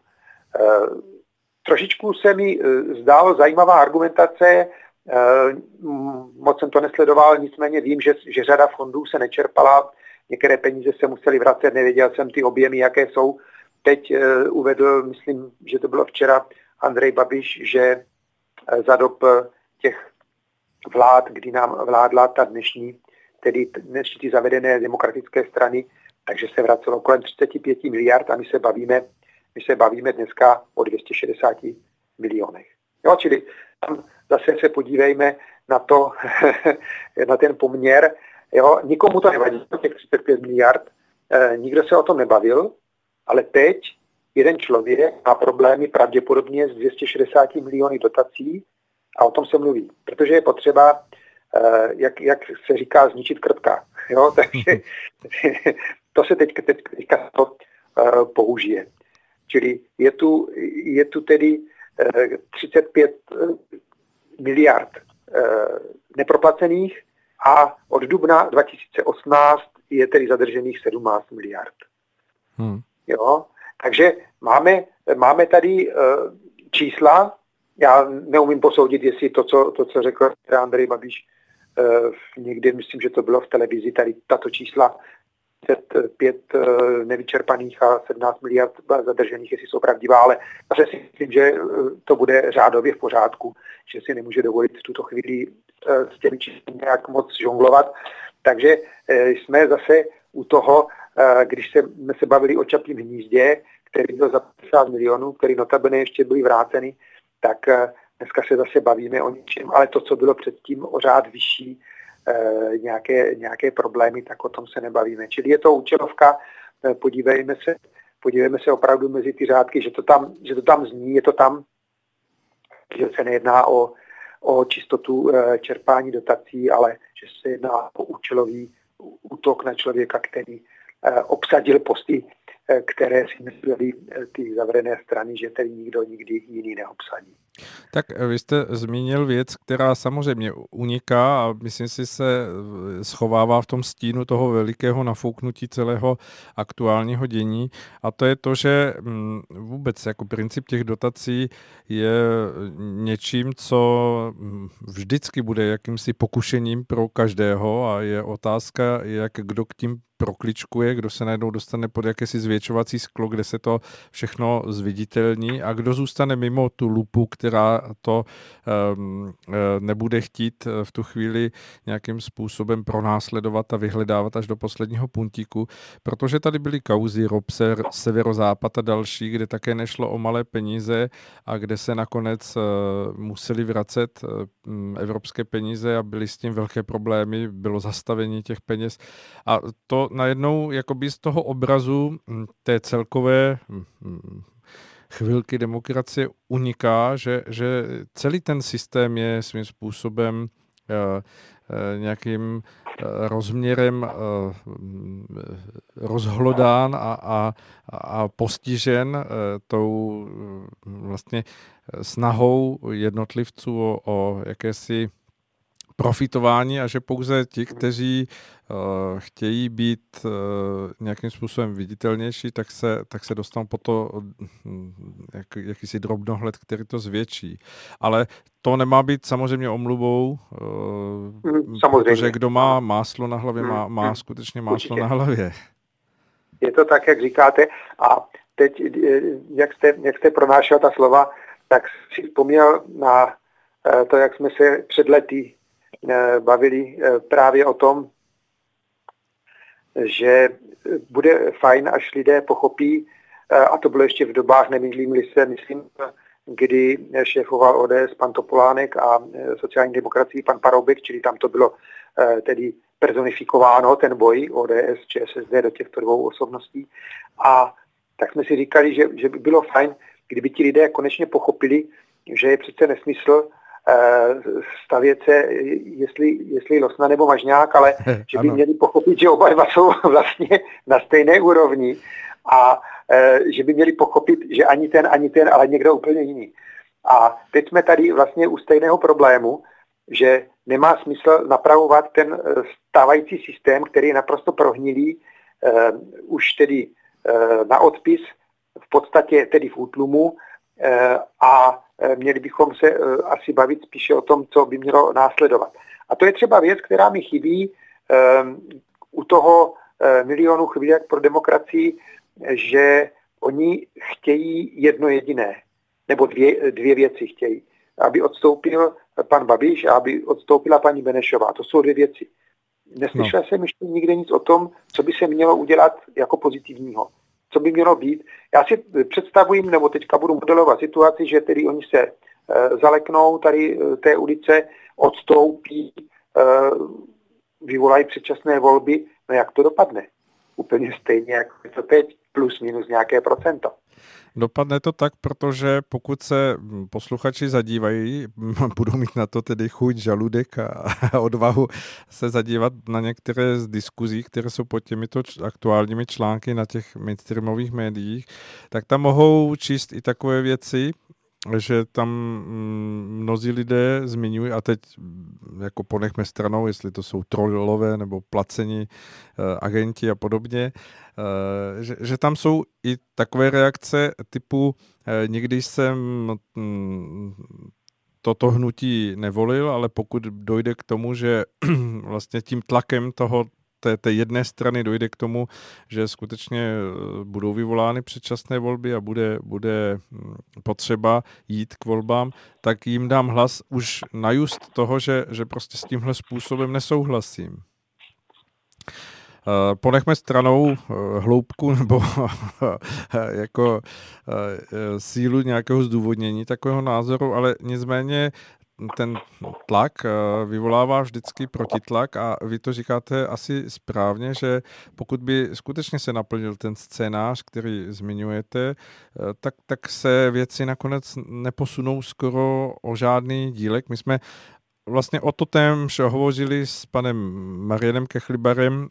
Trošičku se mi zdálo zajímavá argumentace, moc jsem to nesledoval, nicméně vím, že řada fondů se nečerpala, některé peníze se musely vracet, nevěděl jsem ty objemy, jaké jsou. Teď uvedl, myslím, že to bylo včera, Andrej Babiš, že za dob těch vlád, kdy nám vládla ta dnešní ty zavedené demokratické strany, takže se vracelo kolem 35 miliard a my se bavíme dneska o 260 milionech. Jo, čili tam zase se podívejme na to, na ten poměr. Jo, nikomu to nevadí, těch 35 miliard, nikdo se o tom nebavil, ale teď jeden člověk má problémy pravděpodobně s 260 miliony dotací a o tom se mluví, protože je potřeba, jak se říká, zničit krtka. Jo, takže to se teďka to použije. Čili je tu tedy 35 miliard neproplacených a od dubna 2018 je tedy zadržených 17 miliard. Jo? Takže máme tady čísla. Já neumím posoudit, jestli to, co řekl Andrej Babiš někdy, myslím, že to bylo v televizi, tady tato čísla 5 nevyčerpaných a 17 miliard zadržených, jestli jsou pravdivá, ale zase si myslím, že to bude řádově v pořádku, že si nemůže dovolit v tuto chvíli s těmi čísly nějak moc žonglovat. Takže jsme zase u toho, když jsme se bavili o Čapím hnízdě, který byl za 50 milionů, který notabene ještě byly vráceny, tak dneska se zase bavíme o něčem, ale to, co bylo předtím o řád vyšší, nějaké problémy, tak o tom se nebavíme. Čili je to účelovka, podívejme se opravdu mezi ty řádky, že to tam zní, je to tam, že se nejedná o čistotu čerpání dotací, ale že se jedná o účelový útok na člověka, který obsadil posty, které si mysleli ty zavřené strany, že tedy nikdo nikdy jiný neobsadí. Tak vy jste zmínil věc, která samozřejmě uniká a myslím si se schovává v tom stínu toho velikého nafouknutí celého aktuálního dění, a to je to, že vůbec jako princip těch dotací je něčím, co vždycky bude jakýmsi pokušením pro každého a je otázka, jak kdo k tím prokličkuje, kdo se najednou dostane pod jakési zvětšovací sklo, kde se to všechno zviditelní a kdo zůstane mimo tu lupu, která to nebude chtít v tu chvíli nějakým způsobem pronásledovat a vyhledávat až do posledního puntíku, protože tady byly kauzy Robser, Severozápad a další, kde také nešlo o malé peníze a kde se nakonec museli vracet evropské peníze a byly s tím velké problémy, bylo zastavení těch peněz a to najednou jakoby z toho obrazu té celkové chvilky demokracie uniká, že celý ten systém je svým způsobem nějakým rozměrem rozhlodán a postižen tou vlastně snahou jednotlivců o jakési profitování a že pouze ti, kteří chtějí být nějakým způsobem viditelnější, tak se dostanou po to jakýsi drobnohled, který to zvětší. Ale to nemá být samozřejmě omluvou, protože kdo má máslo na hlavě, má skutečně máslo na hlavě. Je to tak, jak říkáte. A teď, jak jste pronášel ta slova, tak si vzpomněl na to, jak jsme se před lety bavili právě o tom, že bude fajn, až lidé pochopí, a to bylo ještě v dobách, nemýlím-li se, myslím, kdy šéfoval ODS pan Topolánek a sociální demokracii pan Paroubek, čili tam to bylo tedy personifikováno, ten boj ODS, ČSSD do těchto dvou osobností. A tak jsme si říkali, že by bylo fajn, kdyby ti lidé konečně pochopili, že je přece nesmysl stavět se, jestli Losna nebo Mažňák, ale že by měli pochopit, že oba dva jsou vlastně na stejné úrovni a že by měli pochopit, že ani ten, ale někdo úplně jiný. A teď jsme tady vlastně u stejného problému, že nemá smysl napravovat ten stávající systém, který je naprosto prohnilý, už tedy na odpis, v podstatě tedy v útlumu, a měli bychom se asi bavit spíše o tom, co by mělo následovat. A to je třeba věc, která mi chybí u toho milionu chvílek pro demokracii, že oni chtějí jedno jediné, nebo dvě věci chtějí. Aby odstoupil pan Babiš a aby odstoupila paní Benešová. To jsou dvě věci. Neslyšel jsem ještě nikde nic o tom, co by se mělo udělat jako pozitivního. Co by mělo být. Já si představuji, nebo teďka budu modelovat situaci, že tedy oni se zaleknou tady té ulice, odstoupí, vyvolají předčasné volby. No jak to dopadne? Úplně stejně jako to teď, plus minus nějaké procento. Dopadne to tak, protože pokud se posluchači zadívají, budou mít na to tedy chuť, žaludek a odvahu se zadívat na některé z diskuzí, které jsou pod těmito aktuálními články na těch mainstreamových médiích, tak tam mohou číst i takové věci, že tam mnozí lidé zmiňují, a teď jako ponechme stranou, jestli to jsou trollové nebo placení agenti a podobně, že tam jsou i takové reakce typu nikdy jsem toto hnutí nevolil, ale pokud dojde k tomu, že vlastně tím tlakem té jedné strany dojde k tomu, že skutečně budou vyvolány předčasné volby a bude potřeba jít k volbám, tak jim dám hlas už na just toho, že prostě s tímhle způsobem nesouhlasím. Ponechme stranou hloubku nebo jako sílu nějakého zdůvodnění takového názoru, ale nicméně ten tlak vyvolává vždycky protitlak a vy to říkáte asi správně, že pokud by skutečně se naplnil ten scénář, který zmiňujete, tak se věci nakonec neposunou skoro o žádný dílek. My jsme vlastně o to témž hovořili s panem Marianem Kechlibarem.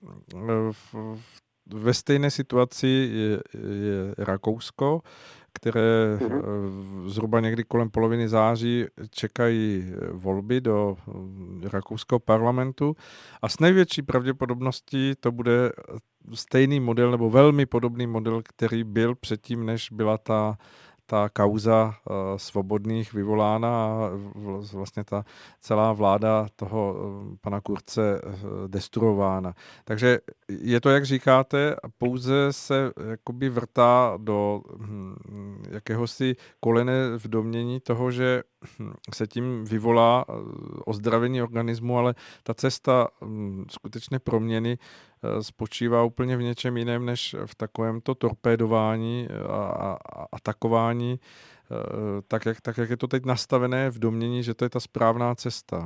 Ve stejné situaci je Rakousko, které zhruba někdy kolem poloviny září čekají volby do rakouského parlamentu a s největší pravděpodobností to bude stejný model nebo velmi podobný model, který byl předtím, než byla ta kauza svobodných vyvolána a vlastně ta celá vláda toho pana Kurze destruována. Takže je to, jak říkáte, pouze se jakoby vrtá do jakéhosi kolene v domnění toho, že se tím vyvolá ozdravení organismu, ale ta cesta skutečné proměny spočívá úplně v něčem jiném, než v takovémto torpédování a atakování, tak jak je to teď nastavené v domnění, že to je ta správná cesta.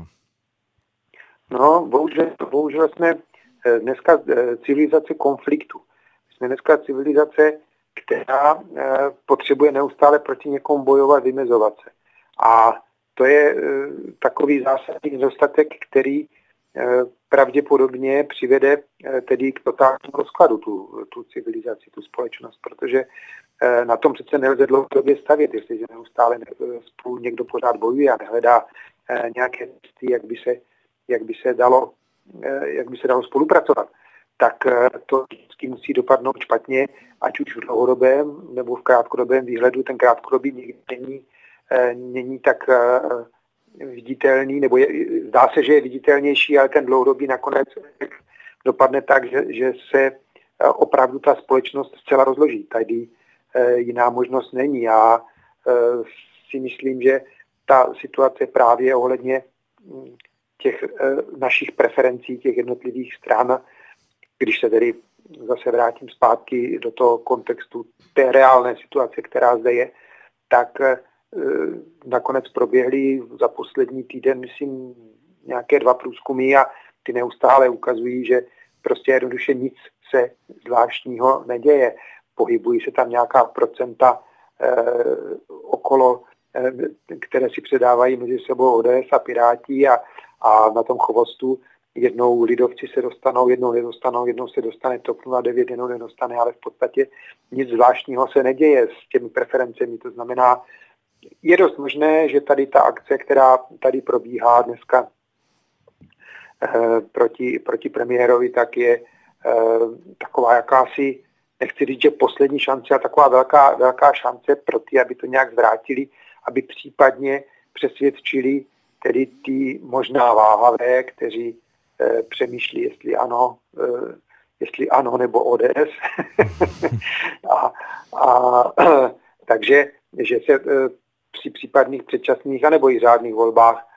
No, bohužel jsme dneska civilizace konfliktu. Jsme dneska civilizace, která potřebuje neustále proti někomu bojovat, vymezovat se. A to je takový zásadní nedostatek, který pravděpodobně přivede tedy k totálnímu rozkladu tu civilizaci, tu společnost, protože na tom přece nelze dlouhodobě stavět, jestliže neustále spolu někdo pořád bojuje a nehledá nějaké cesty, jak by se dalo spolupracovat, tak to vždycky musí dopadnout špatně, ať už v dlouhodobém nebo v krátkodobém výhledu. Ten krátkodobý nikdy není tak viditelný, nebo zdá se, že je viditelnější, ale ten dlouhodobý nakonec dopadne tak, že se opravdu ta společnost zcela rozloží. Tady jiná možnost není. Já si myslím, že ta situace právě ohledně těch našich preferencí, těch jednotlivých stran, když se tedy zase vrátím zpátky do toho kontextu té reálné situace, která zde je, tak nakonec proběhly za poslední týden, myslím, nějaké 2 průzkumy a ty neustále ukazují, že prostě jednoduše nic se zvláštního neděje. Pohybují se tam nějaká procenta okolo které si předávají mezi sebou ODS a Piráti a na tom chvostu jednou lidovci se dostanou, jednou nedostanou, jednou se dostane TOP 09, jednou nedostane, ale v podstatě nic zvláštního se neděje s těmi preferencemi. To znamená, je dost možné, že tady ta akce, která tady probíhá dneska proti premiérovi, tak je taková jakási, nechci říct, že poslední šance, a taková velká šance pro ty, aby to nějak zvrátili, aby případně přesvědčili tedy ty možná váhavé, kteří přemýšlí, jestli ano nebo ODS. Takže že se při případných předčasných anebo i řádných volbách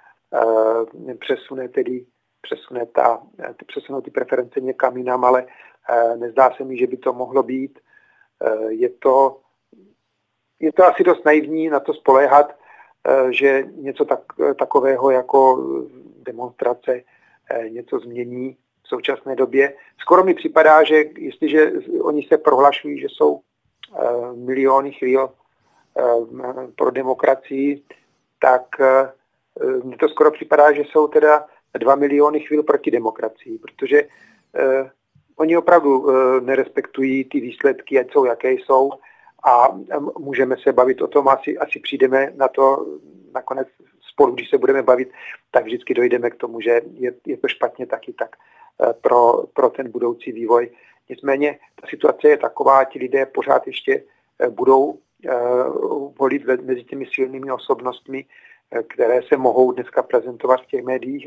přesunou ty preference někam jinam, ale nezdá se mi, že by to mohlo být. Je to asi dost naivní na to spoléhat, že něco takového jako demonstrace něco změní v současné době. Skoro mi připadá, že jestliže oni se prohlašují, že jsou miliony chvíl pro demokracii, tak mně to skoro připadá, že jsou teda 2 miliony chvíl proti demokracii, protože oni opravdu nerespektují ty výsledky, ať jsou, jaké jsou, a můžeme se bavit o tom, asi přijdeme na to nakonec spolu, když se budeme bavit, tak vždycky dojdeme k tomu, že je to špatně taky tak pro ten budoucí vývoj. Nicméně ta situace je taková, ti lidé pořád ještě budou volit mezi těmi silnými osobnostmi, které se mohou dneska prezentovat v těch médiích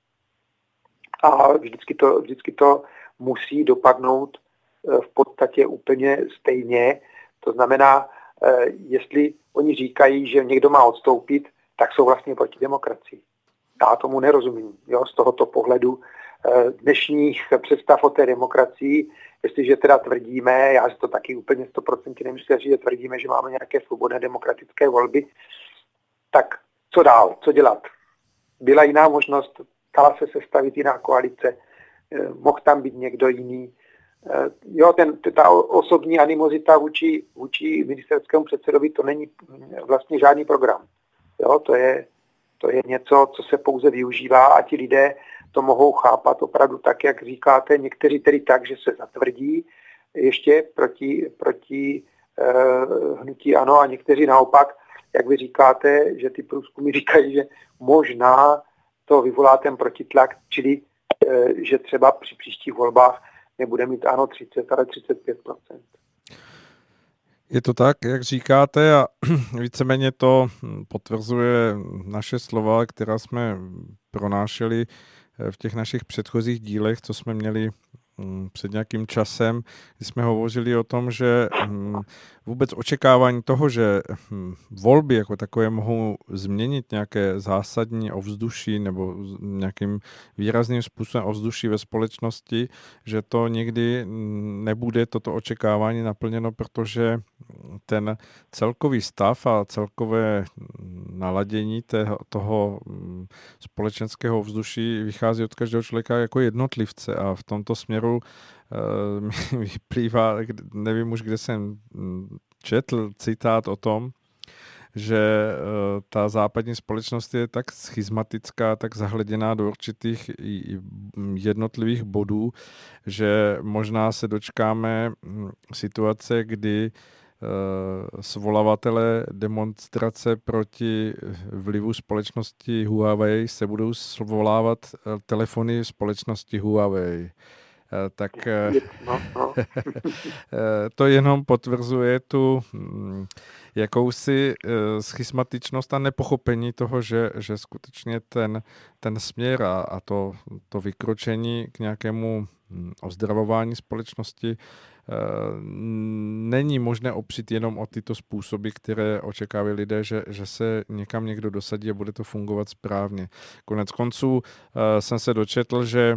a vždycky to musí dopadnout v podstatě úplně stejně. To znamená, jestli oni říkají, že někdo má odstoupit, tak jsou vlastně proti demokracii. Já tomu nerozumím. Jo? Z tohoto pohledu dnešních představ o té demokracii, jestliže teda tvrdíme, já si to taky úplně 100% nemyslím, že tvrdíme, že máme nějaké svobodné demokratické volby, tak co dál, co dělat? Byla jiná možnost, dala se sestavit jiná koalice, mohl tam být někdo jiný. Jo, ta osobní animozita vůči ministerskému předsedovi, to není vlastně žádný program. Jo, to je něco, co se pouze využívá a ti lidé to mohou chápat opravdu tak, jak říkáte. Někteří tedy tak, že se zatvrdí ještě proti hnutí ANO a někteří naopak, jak vy říkáte, že ty průzkumy říkají, že možná to vyvolá ten protitlak, čili že třeba při příštích volbách nebude mít ANO 30, ale 35%. Je to tak, jak říkáte, a víceméně to potvrzuje naše slova, která jsme pronášeli v těch našich předchozích dílech, co jsme měli před nějakým časem, kdy jsme hovořili o tom, že vůbec očekávání toho, že volby jako takové mohou změnit nějaké zásadní ovzduší nebo nějakým výrazným způsobem ovzduší ve společnosti, že to nikdy nebude toto očekávání naplněno, protože ten celkový stav a celkové naladění toho společenského ovzduší vychází od každého člověka jako jednotlivce a v tomto směru mi vyplývá, nevím už, kde jsem četl citát o tom, že ta západní společnost je tak schizmatická, tak zahleděná do určitých jednotlivých bodů, že možná se dočkáme situace, kdy svolavatelé demonstrace proti vlivu společnosti Huawei se budou svolávat telefony společnosti Huawei. Tak to jenom potvrzuje tu jakousi schismatičnost a nepochopení toho, že skutečně ten směr a to vykročení k nějakému ozdravování společnosti není možné opřít jenom o tyto způsoby, které očekávají lidé, že se někam někdo dosadí a bude to fungovat správně. Konec konců jsem se dočetl, že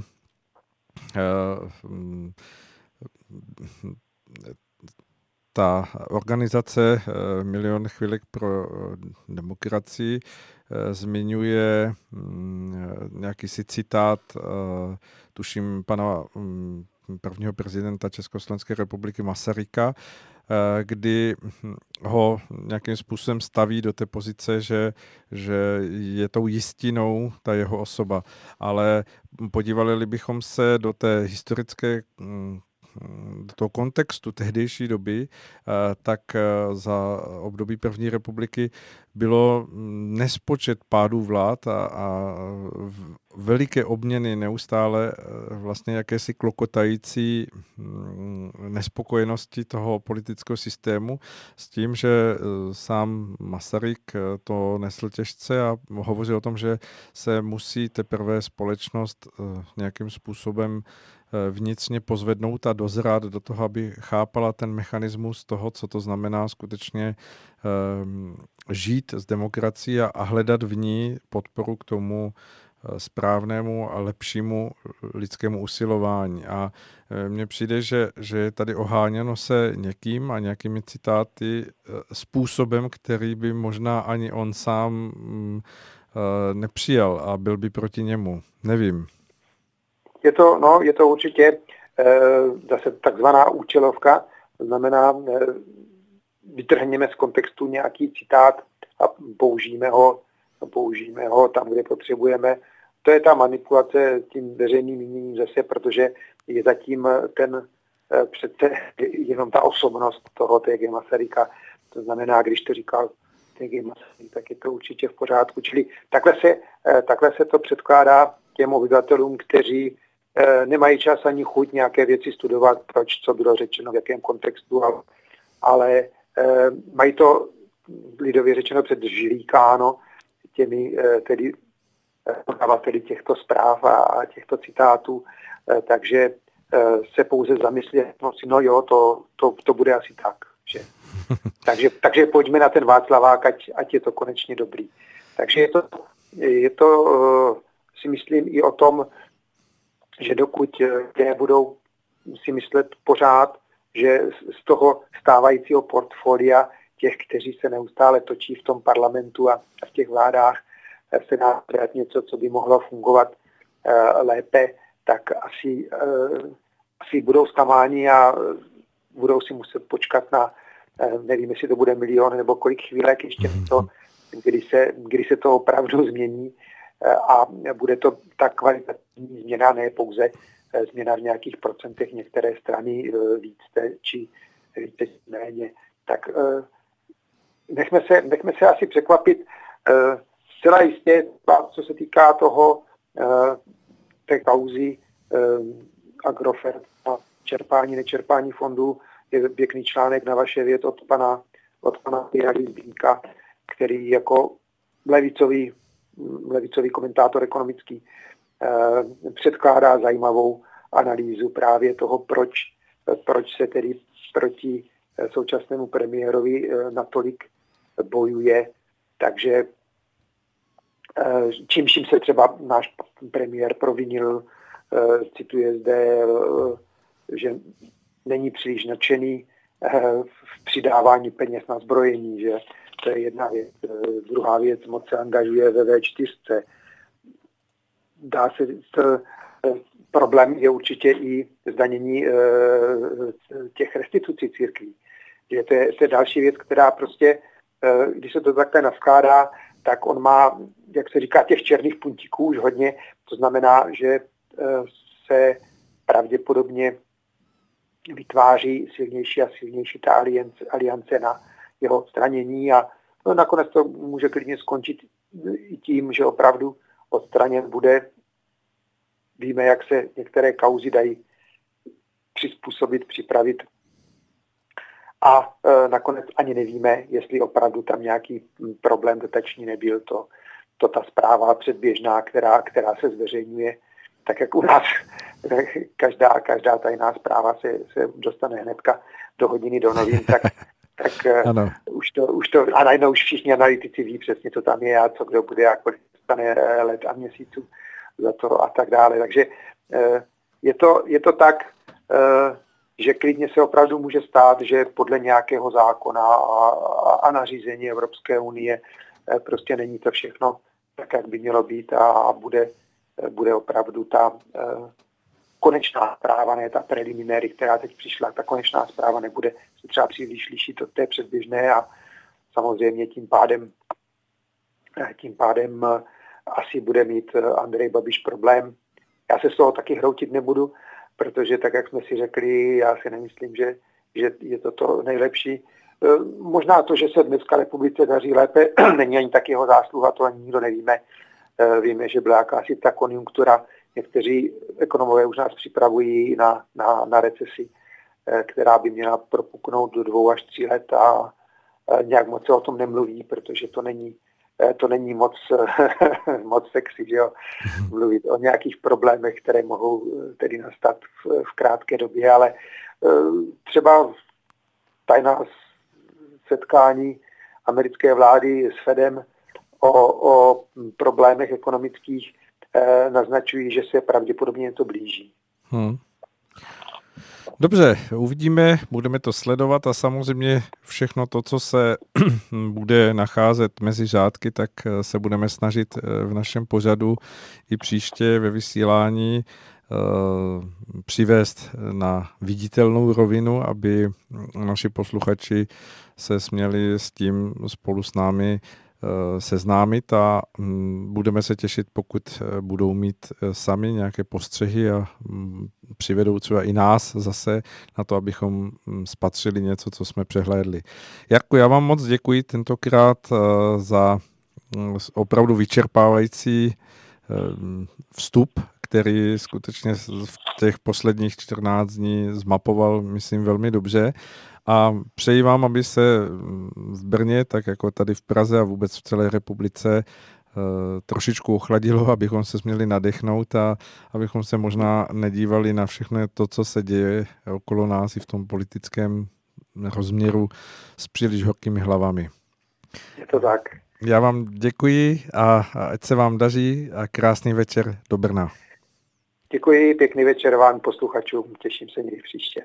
ta organizace Milion chvílek pro demokracii zmiňuje nějaký si citát, tuším pana prvního prezidenta Československé republiky Masaryka, kdy ho nějakým způsobem staví do té pozice, že je tou jistinou ta jeho osoba. Ale podívali bychom se do té historické do toho kontextu tehdejší doby, tak za období první republiky bylo nespočet pádů vlád a veliké obměny neustále vlastně jakési klokotající nespokojenosti toho politického systému s tím, že sám Masaryk to nesl těžce a hovořil o tom, že se musí teprve společnost nějakým způsobem vnitřně pozvednout a dozrát do toho, aby chápala ten mechanismus toho, co to znamená skutečně žít s demokracií a hledat v ní podporu k tomu správnému a lepšímu lidskému usilování. A mně přijde, že je tady oháněno se někým a nějakými citáty způsobem, který by možná ani on sám nepřijal a byl by proti němu. Nevím. Je to určitě zase takzvaná účelovka, to znamená, vytrhneme z kontextu nějaký citát a použijeme ho tam, kde potřebujeme. To je ta manipulace tím veřejným míněním zase, protože je zatím přece jenom ta osobnost toho T.G. Masaryka. To znamená, když to říkal T.G. Masaryk, tak je to určitě v pořádku. Čili takhle se to předkládá těm obyvatelům, kteří nemají čas ani chuť nějaké věci studovat, co bylo řečeno, v jakém kontextu, ale mají to lidově řečeno předžlíkáno těmi tedy podavateli těchto zpráv a těchto citátů, takže se pouze zamyslí, no jo, to bude asi tak. Že? Takže pojďme na ten Václavák, ať je to konečně dobrý. Takže je to si myslím i o tom, že dokud budou si myslet pořád, že z toho stávajícího portfolia těch, kteří se neustále točí v tom parlamentu a v těch vládách, se dá dělat něco, co by mohlo fungovat lépe, tak asi budou zklamáni a budou si muset počkat na, nevím, jestli to bude 1 milion nebo kolik chvílek ještě to, kdy se to opravdu změní a bude to ta kvalitativní změna, ne pouze změna v nějakých procentech některé strany více či méně. Tak nechme se asi překvapit. Zcela jistě, co se týká té kauzy Agrofert a čerpání, nečerpání fondů, je pěkný článek na Vaše věc od pana Jary Zbínka, který jako levicový komentátor ekonomický předkládá zajímavou analýzu právě toho, proč se tedy proti současnému premiérovi natolik bojuje. Takže čímž se třeba náš premiér provinil, cituje zde, že není příliš nadšený v přidávání peněz na zbrojení, že to je jedna věc. Druhá věc, moc se angažuje ve V4. Dá se problém je určitě i zdanění těch restitucí církví. Že to je další věc, která prostě, když se to takhle naskládá, tak on má, jak se říká, těch černých puntíků už hodně. To znamená, že se pravděpodobně vytváří silnější a silnější ta aliance na jeho stranění a nakonec to může klidně skončit i tím, že opravdu odstraněn bude. Víme, jak se některé kauzy dají přizpůsobit, připravit a nakonec ani nevíme, jestli opravdu tam nějaký problém dotační nebyl. To ta zpráva předběžná, která se zveřejňuje, tak jak u nás každá tajná zpráva se dostane hnedka do hodiny do novin, tak už to a najednou už všichni analytici ví přesně, co tam je a co kdo bude a kolik dostane let a měsíců za to a tak dále. Takže je to tak, že klidně se opravdu může stát, že podle nějakého zákona a nařízení Evropské unie prostě není to všechno tak, jak by mělo být a bude opravdu konečná zpráva, ne ta preliminary, která teď přišla, ta konečná zpráva nebude se třeba příliš lišit od té předběžné a samozřejmě tím pádem asi bude mít Andrej Babiš problém. Já se z toho taky hroutit nebudu, protože tak, jak jsme si řekli, já si nemyslím, že je to nejlepší. Možná to, že se dneska republice daří lépe, není ani tak jeho zásluha, to ani nikdo nevíme. Víme, že byla jakási ta konjunktura. Někteří ekonomové už nás připravují na recesi, která by měla propuknout do 2 až 3 let a nějak moc se o tom nemluví, protože to není moc sexy, že jo, mluvit o nějakých problémech, které mohou tedy nastat v krátké době, ale třeba tajná setkání americké vlády s Fedem o problémech ekonomických naznačují, že se pravděpodobně něco blíží. Dobře, uvidíme, budeme to sledovat a samozřejmě všechno to, co se bude nacházet mezi řádky, tak se budeme snažit v našem pořadu i příště ve vysílání přivést na viditelnou rovinu, aby naši posluchači se směli s tím spolu s námi seznámit a budeme se těšit, pokud budou mít sami nějaké postřehy a přivedou třeba i nás zase na to, abychom spatřili něco, co jsme přehlédli. Jarku, já vám moc děkuji tentokrát za opravdu vyčerpávající vstup, který skutečně v těch posledních 14 dní zmapoval, myslím, velmi dobře. A přeji vám, aby se v Brně, tak jako tady v Praze a vůbec v celé republice trošičku ochladilo, abychom se směli nadechnout a abychom se možná nedívali na všechno to, co se děje okolo nás i v tom politickém rozměru s příliš horkými hlavami. Je to tak. Já vám děkuji a ať se vám daří a krásný večer do Brna. Děkuji, pěkný večer vám posluchačům, těším se někdy příště.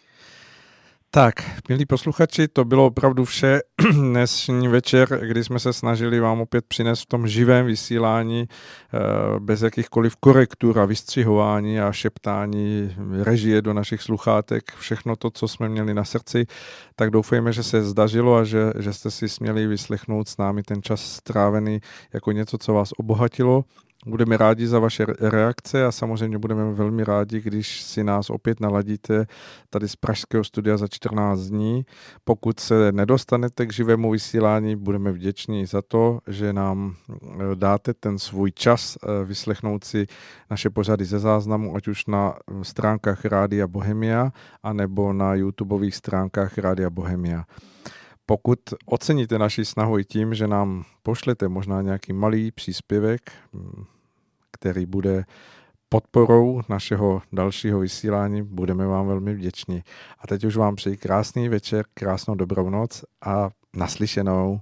Tak, milí posluchači, to bylo opravdu vše dnešní večer, kdy jsme se snažili vám opět přinést v tom živém vysílání bez jakýchkoliv korektur a vystřihování a šeptání režie do našich sluchátek, všechno to, co jsme měli na srdci, tak doufejme, že se zdařilo a že jste si směli vyslechnout s námi ten čas strávený jako něco, co vás obohatilo. Budeme rádi za vaše reakce a samozřejmě budeme velmi rádi, když si nás opět naladíte tady z pražského studia za 14 dní. Pokud se nedostanete k živému vysílání, budeme vděční za to, že nám dáte ten svůj čas vyslechnout si naše pořady ze záznamu, ať už na stránkách Rádia Bohemia, anebo na YouTubeových stránkách Rádia Bohemia. Pokud oceníte naši snahu i tím, že nám pošlete možná nějaký malý příspěvek, který bude podporou našeho dalšího vysílání, budeme vám velmi vděční. A teď už vám přeji krásný večer, krásnou dobrou noc a naslyšenou.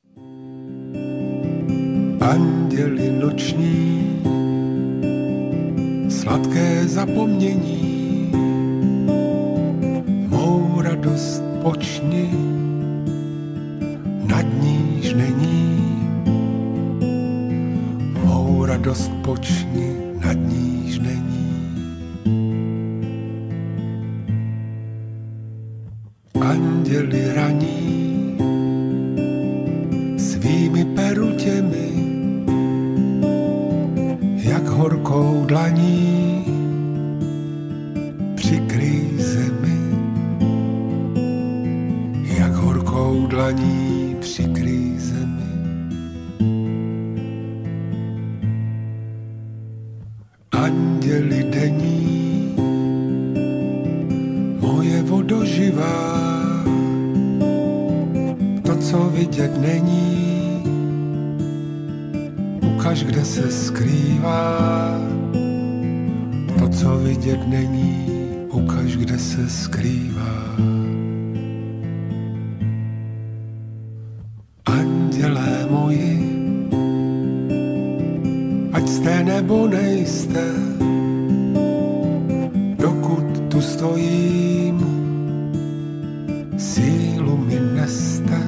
Anděli noční, sladké zapomnění, mou radost počni, nad níž není. Mou radost počni, nad níž není. Anděli raní, svými perutěmi, jak horkou dlaní, přikryj zemi, jak horkou dlaní přikryj zemi. Anděli denní, moje vodoživá, to, co vidět není, ukaž, kde se skrývá. To, co vidět není, ukaž, kde se skrývá. Andělé moji, ať jste nebo nejste, dokud tu stojím, sílu mi neste.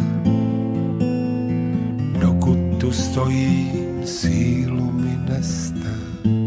Dokud tu stojím, sílu mi neste.